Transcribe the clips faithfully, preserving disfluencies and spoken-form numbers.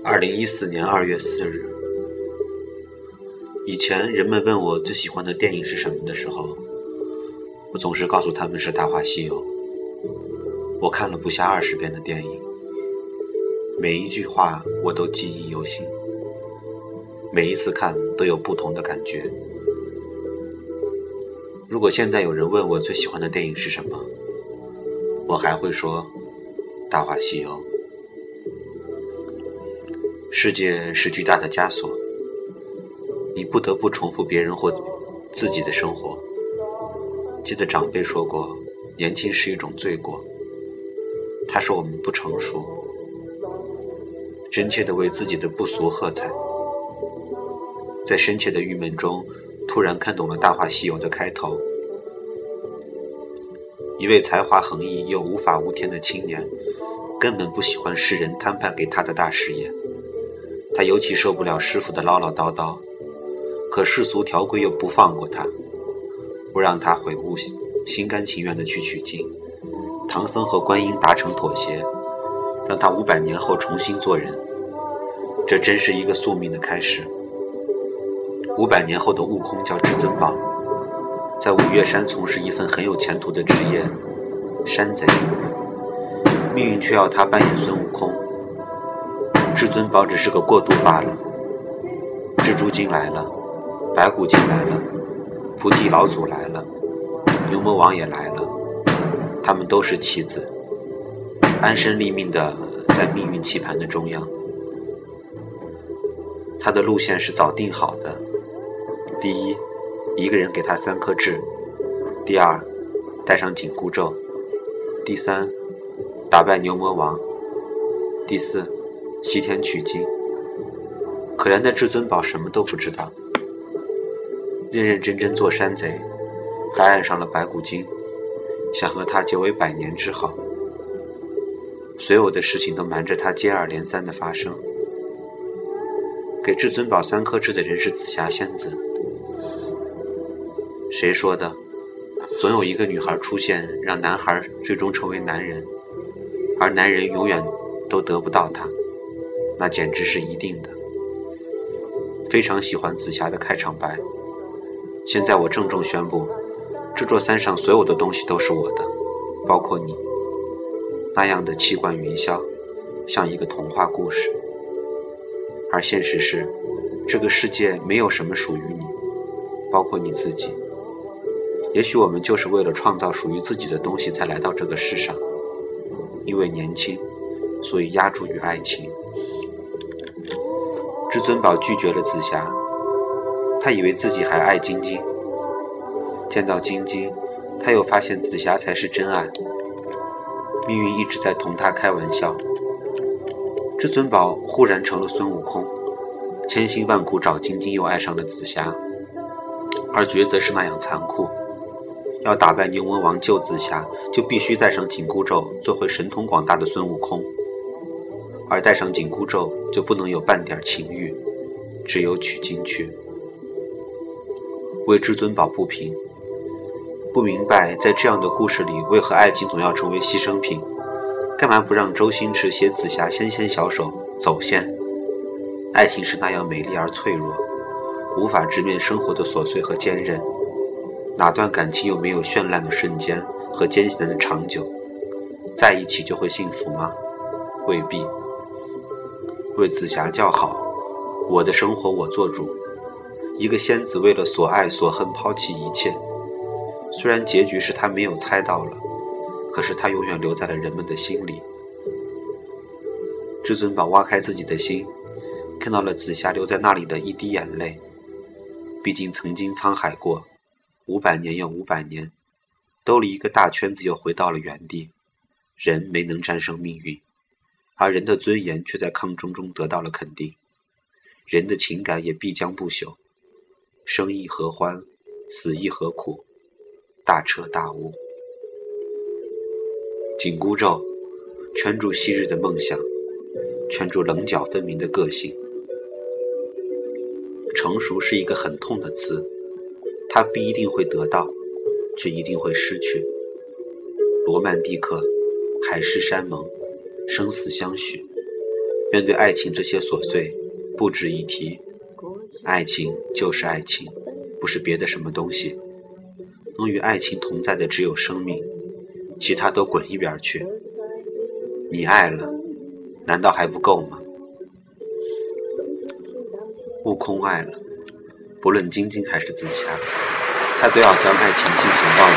二零一四年二月四日，以前人们问我最喜欢的电影是什么的时候，我总是告诉他们是《大话西游》。我看了不下二十遍的电影，每一句话我都记忆犹新，每一次看都有不同的感觉。如果现在有人问我最喜欢的电影是什么，我还会说《大话西游》。世界是巨大的枷锁，你不得不重复别人或自己的生活。记得长辈说过，年轻是一种罪过，他说我们不成熟，真切地为自己的不俗喝彩。在深切的郁闷中，突然看懂了《大话西游》的开头。一位才华横溢又无法无天的青年，根本不喜欢世人摊派给他的大事业。他尤其受不了师傅的唠唠叨叨，可世俗条规又不放过他，不让他悔悟，心甘情愿地去取经。唐僧和观音达成妥协，让他五百年后重新做人。这真是一个宿命的开始。五百年后的悟空叫至尊宝，在五岳山从事一份很有前途的职业——山贼。命运却要他扮演孙悟空。至尊宝只是个过渡罢了。蜘蛛精来了，白骨精来了，菩提老祖来了，牛魔王也来了，他们都是棋子，安身立命的在命运棋盘的中央。他的路线是早定好的：第一，一个人给他三颗痣；第二，带上紧箍咒；第三，打败牛魔王；第四，西天取经。可怜的至尊宝什么都不知道，认认真真做山贼，还爱上了白骨精，想和他结为百年之好。所有的事情都瞒着他接二连三的发生。给至尊宝三颗痣的人是紫霞仙子。谁说的？总有一个女孩出现，让男孩最终成为男人，而男人永远都得不到她，那简直是一定的。非常喜欢紫霞的开场白。现在我郑重宣布，这座山上所有的东西都是我的，包括你。那样的气贯云霄，像一个童话故事。而现实是，这个世界没有什么属于你，包括你自己。也许我们就是为了创造属于自己的东西才来到这个世上，因为年轻，所以压注于爱情。至尊宝拒绝了紫霞，他以为自己还爱晶晶。见到晶晶，他又发现紫霞才是真爱。命运一直在同他开玩笑。至尊宝忽然成了孙悟空，千辛万苦找晶晶，又爱上了紫霞。而抉择是那样残酷，要打败牛魔王救紫霞，就必须带上紧箍咒，做回神通广大的孙悟空。而带上紧箍咒，就不能有半点情欲，只有取经去。为至尊宝不平，不明白在这样的故事里，为何爱情总要成为牺牲品？干嘛不让周星驰写紫霞纤纤小手走线？爱情是那样美丽而脆弱，无法直面生活的琐碎和坚韧。哪段感情有没有绚烂的瞬间和艰难的长久？在一起就会幸福吗？未必。为紫霞叫好，我的生活我做主。一个仙子为了所爱所恨抛弃一切，虽然结局是她没有猜到了，可是她永远留在了人们的心里。至尊宝挖开自己的心，看到了紫霞留在那里的一滴眼泪。毕竟曾经沧海过，五百年又五百年，兜了一个大圈子又回到了原地。人没能战胜命运，而人的尊严却在抗争中得到了肯定。人的情感也必将不朽。生亦何欢，死亦何苦，大彻大悟。紧箍咒圈住昔日的梦想，圈住棱角分明的个性。成熟是一个很痛的词，它不一定会得到，却一定会失去。罗曼蒂克，海誓山盟，生死相许， 面对爱情这些琐碎，不值一提。爱情就是爱情，不是别的什么东西。能与爱情同在的只有生命，其他都滚一边去。你爱了，难道还不够吗？悟空爱了，不论晶晶还是紫霞，他都要将爱情进行到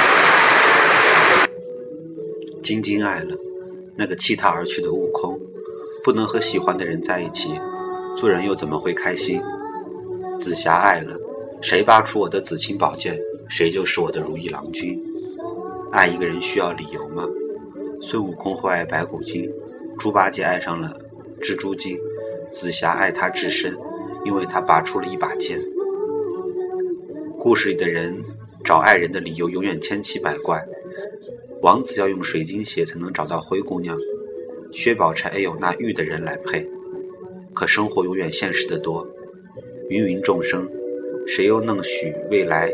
底。晶晶爱了，那个弃他而去的悟空，不能和喜欢的人在一起，做人又怎么会开心？紫霞爱了，谁拔出我的紫青宝剑，谁就是我的如意郎君。爱一个人需要理由吗？孙悟空会爱白骨精，猪八戒爱上了蜘蛛精，紫霞爱他至深，因为他拔出了一把剑。故事里的人找爱人的理由永远千奇百怪，王子要用水晶鞋才能找到灰姑娘，薛宝钗也有那玉的人来配。可生活永远现实得多，芸芸众生，谁又能许未来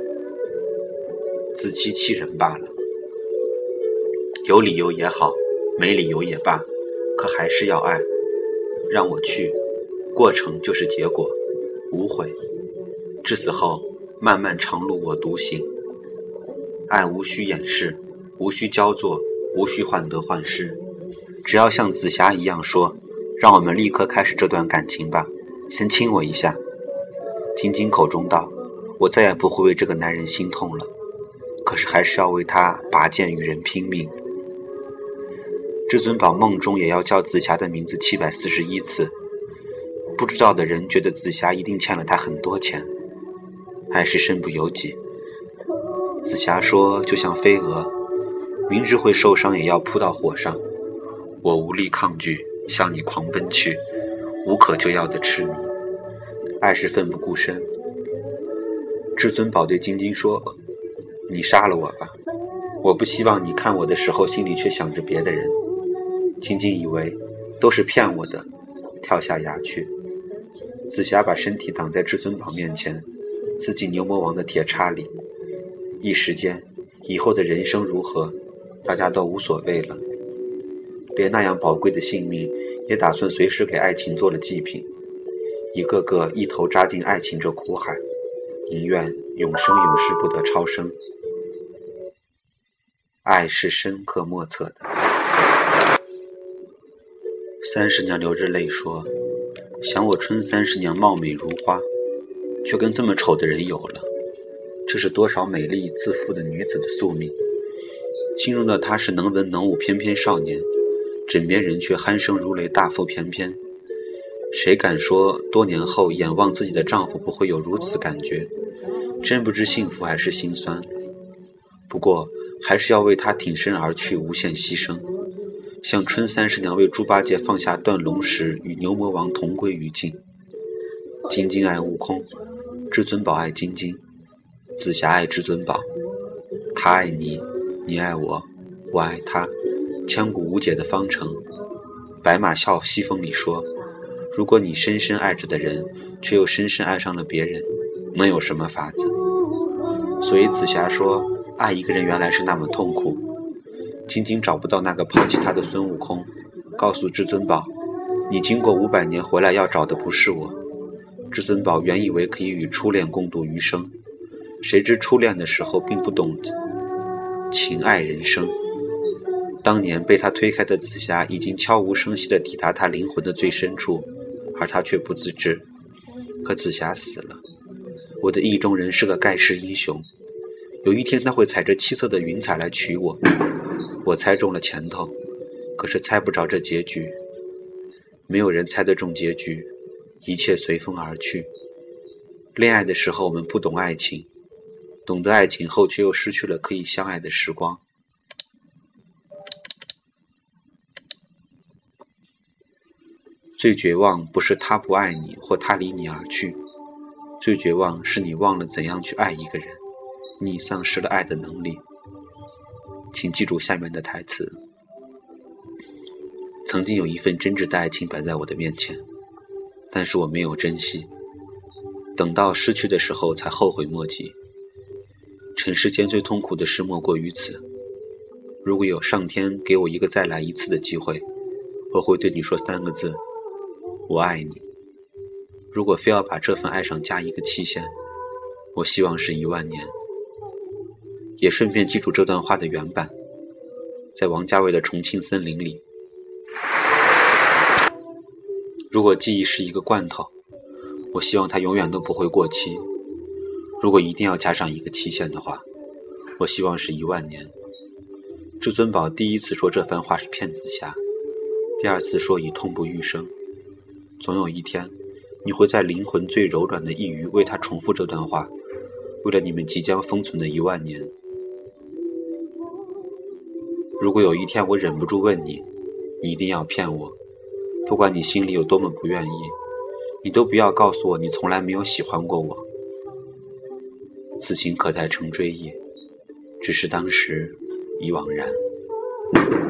自欺欺人罢了。有理由也好，没理由也罢，可还是要爱。让我去，过程就是结果，无悔。至死后，漫漫长路我独行。爱无需掩饰，无需焦作，无需患得患失，只要像紫霞一样说，让我们立刻开始这段感情吧，先亲我一下。晶晶口中道，我再也不会为这个男人心痛了，可是还是要为他拔剑与人拼命。至尊宝梦中也要叫紫霞的名字七百四十一次，不知道的人觉得紫霞一定欠了他很多钱，爱是身不由己。紫霞说，就像飞蛾，明知会受伤也要扑到火上，我无力抗拒，向你狂奔去，无可救药的痴迷。爱是奋不顾身。至尊宝对晶晶说，你杀了我吧，我不希望你看我的时候心里却想着别的人。晶晶以为都是骗我的，跳下崖去。紫霞把身体挡在至尊宝面前，刺进牛魔王的铁叉里。一时间，以后的人生如何，大家都无所谓了，连那样宝贵的性命也打算随时给爱情做了祭品，一个个一头扎进爱情这苦海，宁愿永生永世不得超生。爱是深刻莫测的。三十娘流着泪说，想我春三十娘貌美如花，却跟这么丑的人有了，这是多少美丽自负的女子的宿命。心中的她是能文能武翩翩少年，枕边人却鼾声如雷大腹翩翩。谁敢说多年后眼望自己的丈夫不会有如此感觉，真不知幸福还是心酸。不过还是要为他挺身而去，无限牺牲，像春三十娘为猪八戒放下断龙石，与牛魔王同归于尽。晶晶爱悟空，至尊宝爱晶晶，紫霞爱至尊宝，他爱你，你爱我，我爱他，千古无解的方程。白马啸西风里说，如果你深深爱着的人却又深深爱上了别人，能有什么法子？所以紫霞说，爱一个人原来是那么痛苦。晶晶找不到那个抛弃他的孙悟空，告诉至尊宝，你经过五百年回来要找的不是我。至尊宝原以为可以与初恋共度余生，谁知初恋的时候并不懂情爱人生。当年被他推开的紫霞已经悄无声息地抵达他灵魂的最深处，而他却不自知。可紫霞死了，我的意中人是个盖世英雄，有一天他会踩着七色的云彩来娶我。我猜中了前头，可是猜不着这结局。没有人猜得中结局，一切随风而去。恋爱的时候我们不懂爱情，懂得爱情后却又失去了可以相爱的时光。最绝望不是他不爱你或他离你而去，最绝望是你忘了怎样去爱一个人，你丧失了爱的能力。请记住下面的台词。曾经有一份真挚的爱情摆在我的面前，但是我没有珍惜，等到失去的时候才后悔莫及。尘世间最痛苦的事莫过于此。如果有上天给我一个再来一次的机会， 我会对你说三个字：我爱你。如果非要把这份爱上加一个期限，我希望是一万年。也顺便记住这段话的原版，在王家卫的《重庆森林》里。如果记忆是一个罐头，我希望它永远都不会过期。如果一定要加上一个期限的话，我希望是一万年。至尊宝第一次说这番话是骗紫霞，第二次说已痛不欲生。总有一天，你会在灵魂最柔软的一隅为他重复这段话，为了你们即将封存的一万年。如果有一天我忍不住问你，你一定要骗我，不管你心里有多么不愿意，你都不要告诉我你从来没有喜欢过我。此情可待成追忆，只是当时已惘然。